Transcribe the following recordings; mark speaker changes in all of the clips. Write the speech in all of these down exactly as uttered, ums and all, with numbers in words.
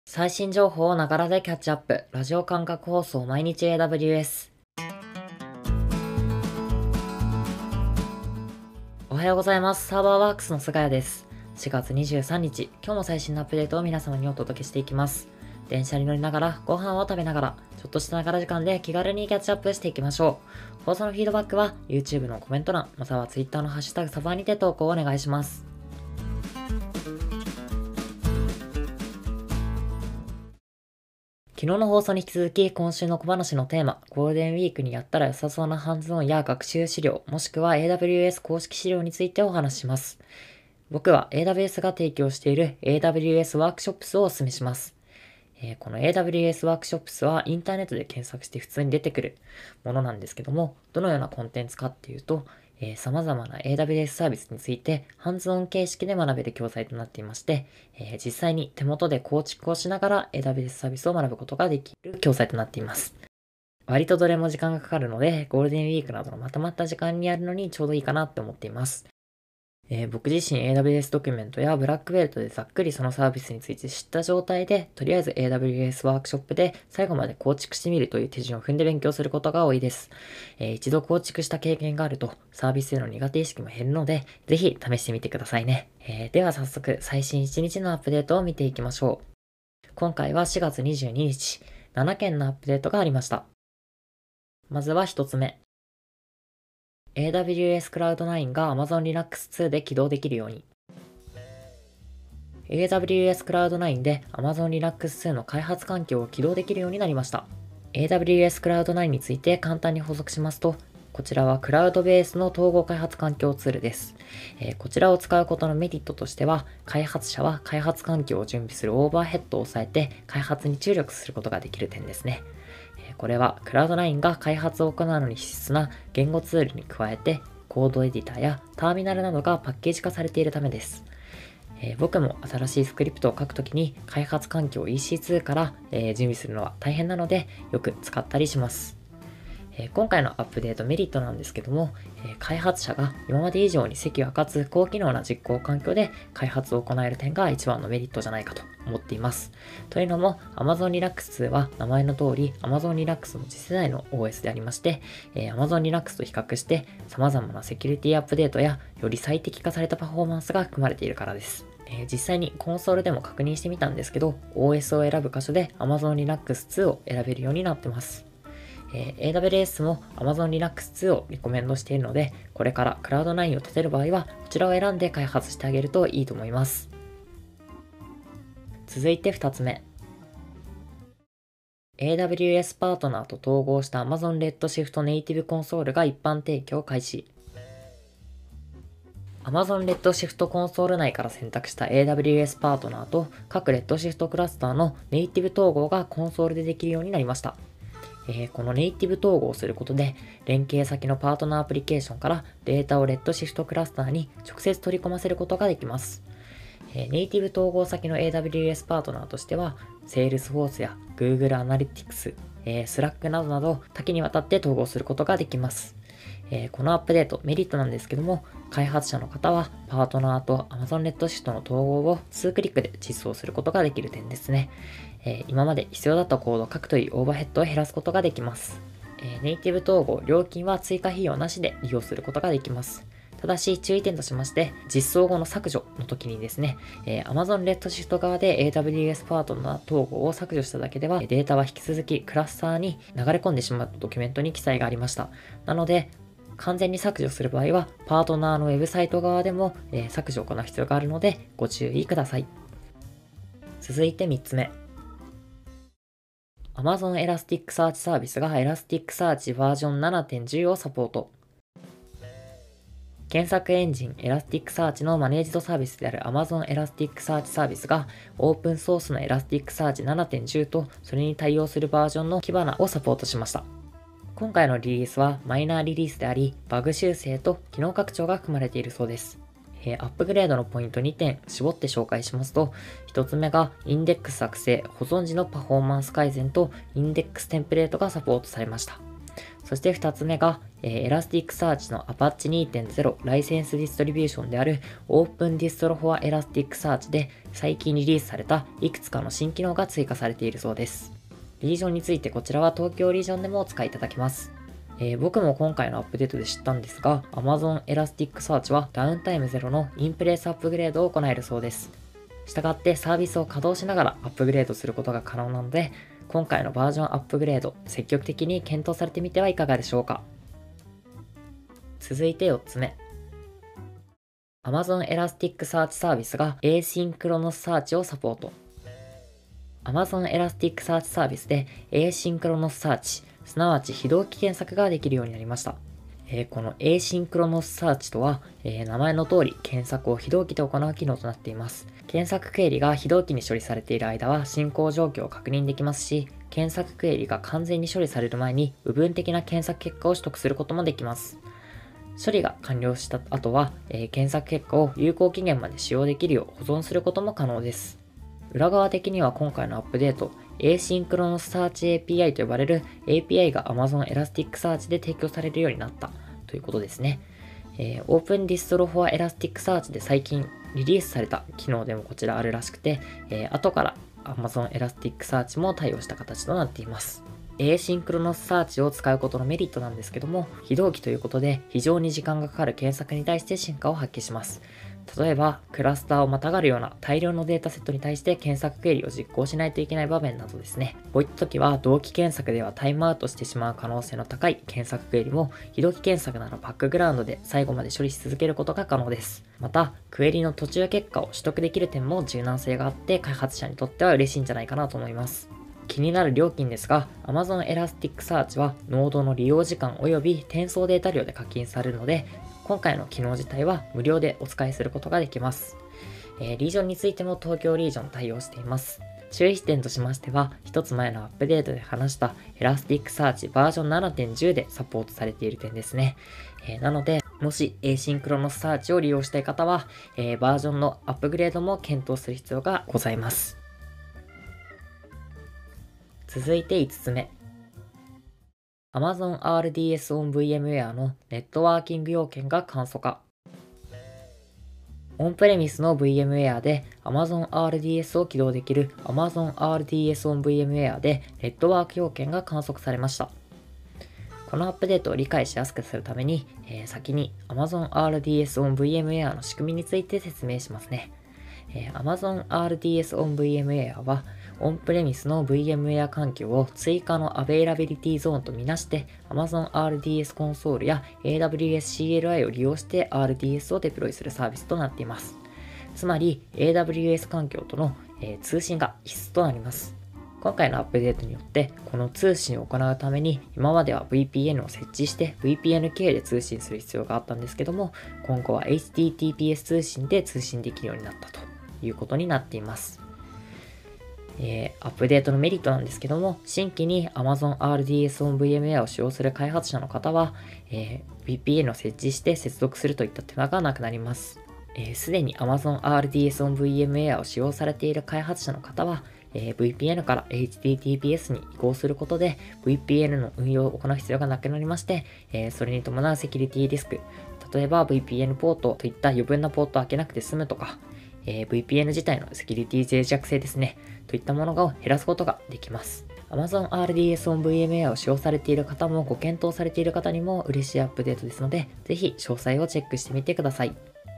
Speaker 1: 最新情報をながらでキャッチアップ。ラジオ感覚放送毎日 エーダブリューエス。おはようございます。サーバーワークスの菅谷です。しがつにじゅうさんにち、今日も最新のアップデートを皆様にお届けしていきます。電車に乗りながら、ご飯を食べながら、ちょっとしたながら時間で気軽にキャッチアップしていきましょう。放送のフィードバックは YouTube のコメント欄、または Twitter のハッシュタグサバーにて投稿をお願いします。昨日の放送に引き続き、今週の小話のテーマ、ゴールデンウィークにやったら良さそうなハンズオンや学習資料、もしくは エーダブリューエス 公式資料についてお話しします。僕は エーダブリューエス が提供している エーダブリューエス ワークショップスをお勧めします。えー、この エーダブリューエス ワークショップスはインターネットで検索して普通に出てくるものなんですけども、どのようなコンテンツかっていうと、えー、様々な エーダブリューエス サービスについてハンズオン形式で学べる教材となっていまして、えー、実際に手元で構築をしながら エーダブリューエス サービスを学ぶことができる教材となっています。割とどれも時間がかかるので、ゴールデンウィークなどのまとまった時間にやるのにちょうどいいかなって思っています。えー、僕自身 エーダブリューエス ドキュメントやブラックベルトでざっくりそのサービスについて知った状態で、とりあえず エーダブリューエス ワークショップで最後まで構築してみるという手順を踏んで勉強することが多いです。えー、一度構築した経験があるとサービスへの苦手意識も減るので、ぜひ試してみてくださいね。えー、では早速最新いちにちのアップデートを見ていきましょう。今回はしがつにじゅうににち、ななけんのアップデートがありました。まずはひとつめ。エーダブリューエス クラウドナインが Amazon リナックスツー で起動できるように。エーダブリューエス クラウドナインで Amazon リナックスツー の開発環境を起動できるようになりました。エーダブリューエス クラウドナインについて簡単に補足しますと、こちらはクラウドベースの統合開発環境ツールです。えー、こちらを使うことのメリットとしては、開発者は開発環境を準備するオーバーヘッドを抑えて開発に注力することができる点ですね。これはクラウドナインが開発を行うのに必須な言語ツールに加えて、コードエディターやターミナルなどがパッケージ化されているためです。えー、僕も新しいスクリプトを書くときに開発環境 イーシーツー から、えー、準備するのは大変なのでよく使ったりします。えー、今回のアップデートメリットなんですけども、えー、開発者が今まで以上にセキュアかつ高機能な実行環境で開発を行える点が一番のメリットじゃないかと思っています。というのも Amazon リナックスツー は名前の通り Amazon リナックスの次世代の オーエス でありまして、えー、Amazon リナックスと比較して様々なセキュリティアップデートやより最適化されたパフォーマンスが含まれているからです。えー、実際にコンソールでも確認してみたんですけど オーエス を選ぶ箇所で Amazon リナックスツーを選べるようになってます。えー、エーダブリューエス も Amazon リナックスツーをリコメンドしているので、これからクラウドナインを立てる場合は、こちらを選んで開発してあげるといいと思います。続いてふたつめ。エーダブリューエス パートナーと統合した Amazon Redshift ネイティブコンソールが一般提供開始。Amazon Redshift コンソール内から選択した エーダブリューエス パートナーと各 Redshift クラスターのネイティブ統合がコンソールでできるようになりました。えー、このネイティブ統合をすることで、連携先のパートナーアプリケーションからデータを Redshift クラスターに直接取り込ませることができます。えー、ネイティブ統合先の エーダブリューエス パートナーとしては、Salesforce や Google Analytics、えー、Slack などなど多岐にわたって統合することができます。えー、このアップデート、メリットなんですけども、開発者の方はパートナーと Amazon Redshift の統合を数クリックで実装することができる点ですね。えー、今まで必要だったコードを書くというオーバーヘッドを減らすことができます。えー、ネイティブ統合、料金は追加費用なしで利用することができます。ただし注意点としまして、実装後の削除の時にですね、えー、Amazon Redshift 側で エーダブリューエス パートナー統合を削除しただけでは、データは引き続きクラスターに流れ込んでしまったドキュメントに記載がありました。なので、完全に削除する場合は、パートナーのウェブサイト側でも、えー、削除を行う必要があるので、ご注意ください。続いてみっつめ。Amazon Elasticsearch サービスが Elasticsearch バージョン ななてんじゅう をサポート。検索エンジン Elasticsearch のマネージドサービスである Amazon Elasticsearch サービスがオープンソースの Elasticsearch ななてんじゅう とそれに対応するバージョンのキバナをサポートしました。今回のリリースはマイナーリリースであり、バグ修正と機能拡張が含まれているそうです。えー、アップグレードのポイントにてん絞って紹介しますと、ひとつめがインデックス作成、保存時のパフォーマンス改善とインデックステンプレートがサポートされました。 そしてふたつめが、えー、Elasticsearch の Apache にてんゼロ ライセンスディストリビューションである Open Distro for Elasticsearch で最近リリースされたいくつかの新機能が追加されているそうです。リージョンについてこちらは東京リージョンでもお使いいただけます。えー、僕も今回のアップデートで知ったんですが、Amazon Elasticsearch はダウンタイムゼロのインプレースアップグレードを行えるそうです。したがってサービスを稼働しながらアップグレードすることが可能なので、今回のバージョンアップグレード、積極的に検討されてみてはいかがでしょうか。続いてよっつめ。Amazon Elasticsearch サービスが Asynchronous Search をサポート。Amazon Elasticsearch サービスで Asynchronous Search、すなわち非同期検索ができるようになりました。えー、この Asynchronous Search とは、えー、名前の通り検索を非同期で行う機能となっています。検索クエリが非同期に処理されている間は進行状況を確認できますし、検索クエリが完全に処理される前に部分的な検索結果を取得することもできます。処理が完了した後は、えー、検索結果を有効期限まで使用できるよう保存することも可能です。裏側的には今回のアップデート、Asynchronous Search エーピーアイ と呼ばれる エーピーアイ が Amazon Elasticsearch で提供されるようになったということですね。えー、Open Distro for Elasticsearch で最近リリースされた機能でもこちらあるらしくて、えー、後から Amazon Elasticsearch も対応した形となっています。Asynchronous Search を使うことのメリットなんですけども、非同期ということで非常に時間がかかる検索に対して進化を発揮します。例えば、クラスターをまたがるような大量のデータセットに対して検索クエリを実行しないといけない場面などですね。こういった時は、同期検索ではタイムアウトしてしまう可能性の高い検索クエリも、非同期検索ならバックグラウンドで最後まで処理し続けることが可能です。また、クエリの途中結果を取得できる点も柔軟性があって、開発者にとっては嬉しいんじゃないかなと思います。気になる料金ですが、Amazon Elasticsearch はノードの利用時間及び転送データ量で課金されるので、今回の機能自体は無料でお使いすることができます。えー、リージョンについても東京リージョン対応しています。注意点としましては、一つ前のアップデートで話した Elasticsearch バージョン ななてんじゅう でサポートされている点ですね。えー、なので、もし Asynchronous Search を利用したい方は、えー、バージョンのアップグレードも検討する必要がございます。続いていつつめ。Amazon アールディーエス on ブイエムウェア のネットワーキング要件が簡素化。オンプレミスの ブイエムウェア で Amazon アールディーエス を起動できる Amazon アールディーエス on ブイエムウェア でネットワーク要件が簡素化されました。このアップデートを理解しやすくするために、えー、先に Amazon アールディーエス on ブイエムウェア の仕組みについて説明しますね。えー、Amazon アールディーエス on ブイエムウェア はオンプレミスの ブイエムウェア 環境を追加のアベイラビリティゾーンとみなして Amazon アールディーエス コンソールや エーダブリューエス シーエルアイ を利用して アールディーエス をデプロイするサービスとなっています。つまり エーダブリューエス 環境との、えー、通信が必須となります。今回のアップデートによってこの通信を行うために今までは ブイピーエヌ を設置して ブイピーエヌ 経由で通信する必要があったんですけども、今後は エイチティーティーピーエス 通信で通信できるようになったということになっています。えー、アップデートのメリットなんですけども、新規に Amazon アールディーエス on ブイエムウェア を使用する開発者の方は、えー、ブイピーエヌ を設置して接続するといった手間がなくなります。す、えー、で、に Amazon アールディーエス on ブイエムウェア を使用されている開発者の方は、えー、ブイピーエヌ から エイチティーティーピーエス に移行することで ブイピーエヌ の運用を行う必要がなくなりまして、えー、それに伴うセキュリティリスク、例えば ブイピーエヌ ポートといった余分なポートを開けなくて済むとか、えー、ブイピーエヌ 自体のセキュリティ脆弱性ですね、といったものを減らすことができます。Amazon アールディーエス on ブイエムウェア を使用されている方もご検討されている方にも嬉しいアップデートですので、ぜひ詳細をチェックしてみてください。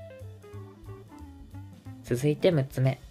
Speaker 1: 続いてむっつめ。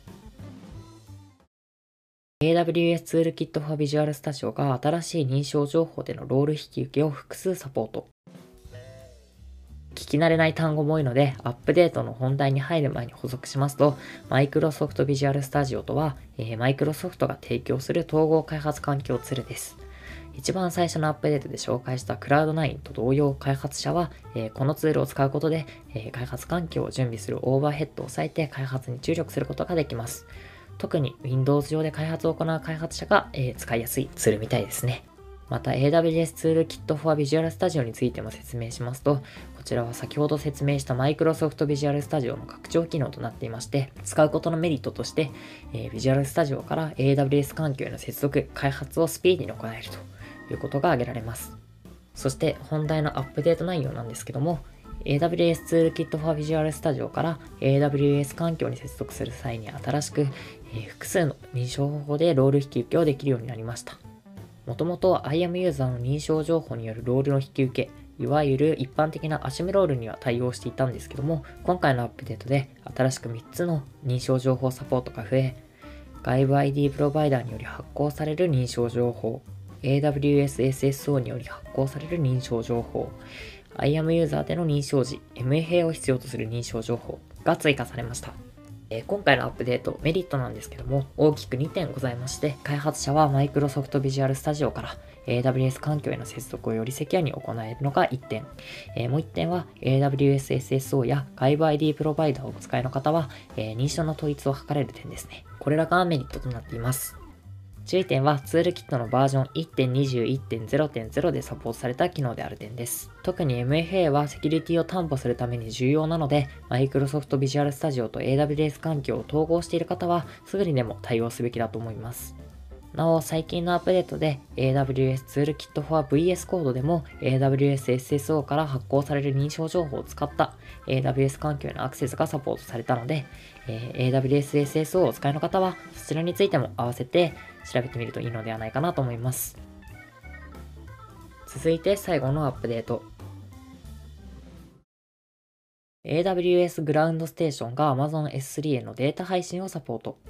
Speaker 1: エーダブリューエス ツールキット for Visual Studio が新しい認証情報でのロール引き受けを複数サポート。聞き慣れない単語も多いので、アップデートの本題に入る前に補足しますと、Microsoft Visual Studio とは、えー、Microsoft が提供する統合開発環境ツールです。一番最初のアップデートで紹介した クラウドナイン と同様、開発者は、えー、このツールを使うことで、えー、開発環境を準備するオーバーヘッドを抑えて開発に注力することができます。特に Windows 上で開発を行う開発者が、えー、使いやすいツールみたいですね。また エーダブリューエス ツールキット for Visual Studio についても説明しますと、こちらは先ほど説明した Microsoft Visual Studio の拡張機能となっていまして、使うことのメリットとして、えー、Visual Studio から エーダブリューエス 環境への接続、開発をスピーディーに行えるということが挙げられます。 そして本題のアップデート内容なんですけども、エーダブリューエス Toolkit for Visual Studio から エーダブリューエス 環境に接続する際に新しく、えー、複数の認証方法でロール引き受けをできるようになりました。もともと アイエム ユーザーの認証情報によるロールの引き受け、いわゆる一般的なアシムロールには対応していたんですけども、今回のアップデートで新しくみっつの認証情報サポートが増え、外部 アイディー プロバイダーにより発行される認証情報、エーダブリューエス エスエスオー により発行される認証情報、アイエム ユーザーでの認証時、エムエフエー を必要とする認証情報が追加されました。えー、今回のアップデート、メリットなんですけども、大きくにてんございまして、開発者は Microsoft Visual Studio から エーダブリューエス 環境への接続をよりセキュアに行えるのがいってん。えー、もういってんは エーダブリューエス エスエスオー や外部 アイディー プロバイダーをお使いの方は、えー、認証の統一を図れる点ですね。これらがメリットとなっています。注意点はツールキットのバージョン いってんにじゅういってんゼロてんゼロ でサポートされた機能である点です。特に エムエフエー はセキュリティを担保するために重要なので、Microsoft Visual Studio と エーダブリューエス 環境を統合している方はすぐにでも対応すべきだと思います。なお、最近のアップデートで エーダブリューエス Toolkit for ブイエス コードでも エーダブリューエス エスエスオー から発行される認証情報を使った エーダブリューエス 環境へのアクセスがサポートされたので、えー、エーダブリューエス エスエスオー をお使いの方はそちらについても合わせて調べてみるといいのではないかなと思います。続いて最後のアップデート。エーダブリューエス グラウンドステーションが Amazon エススリー へのデータ配信をサポート。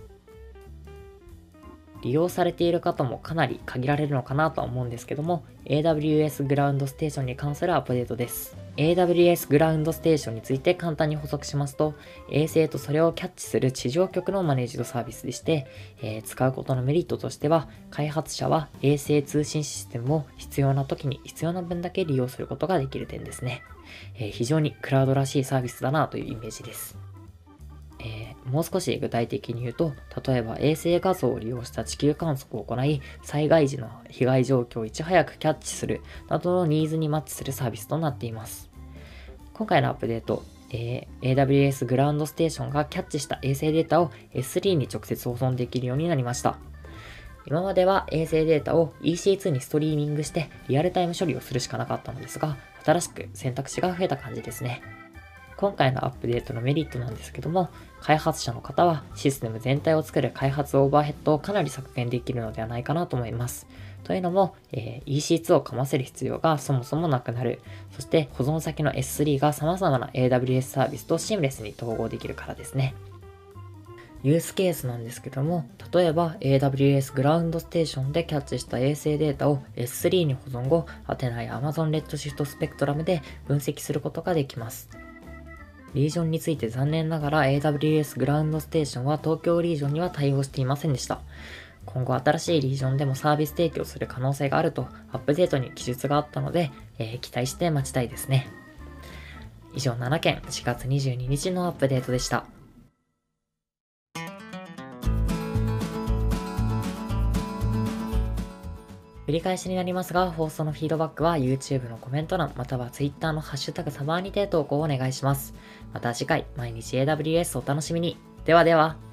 Speaker 1: 利用されている方もかなり限られるのかなとは思うんですけども、エーダブリューエス グラウンドステーションに関するアップデートです。エーダブリューエス グラウンドステーションについて簡単に補足しますと、衛星とそれをキャッチする地上局のマネージドサービスでして、えー、使うことのメリットとしては、開発者は衛星通信システムを必要な時に必要な分だけ利用することができる点ですね。えー、非常にクラウドらしいサービスだなというイメージです。えー、もう少し具体的に言うと、例えば衛星画像を利用した地球観測を行い、災害時の被害状況をいち早くキャッチするなどのニーズにマッチするサービスとなっています。今回のアップデート、えー、エーダブリューエス グラウンドステーションがキャッチした衛星データを エススリー に直接保存できるようになりました。今までは衛星データを イーシーツー にストリーミングしてリアルタイム処理をするしかなかったのですが、新しく選択肢が増えた感じですね。今回のアップデートのメリットなんですけども、開発者の方はシステム全体を作る開発オーバーヘッドをかなり削減できるのではないかなと思います。というのも、えー、イーシーツー をかませる必要がそもそもなくなる。そして保存先の エススリー が様々な エーダブリューエス サービスとシームレスに統合できるからですね。ユースケースなんですけども、例えば エーダブリューエス グラウンドステーションでキャッチした衛星データを エススリー に保存後、アテナや Amazon Redshift Spectrum で分析することができます。リージョンについて残念ながら エーダブリューエス グラウンドステーションは東京リージョンには対応していませんでした。今後新しいリージョンでもサービス提供する可能性があるとアップデートに記述があったので、えー、期待して待ちたいですね。以上ななけんしがつにじゅうににちのアップデートでした。繰り返しになりますが、放送のフィードバックは YouTube のコメント欄または Twitter のハッシュタグサバーにて投稿をお願いします。また次回、毎日 エーダブリューエス をお楽しみに。ではでは。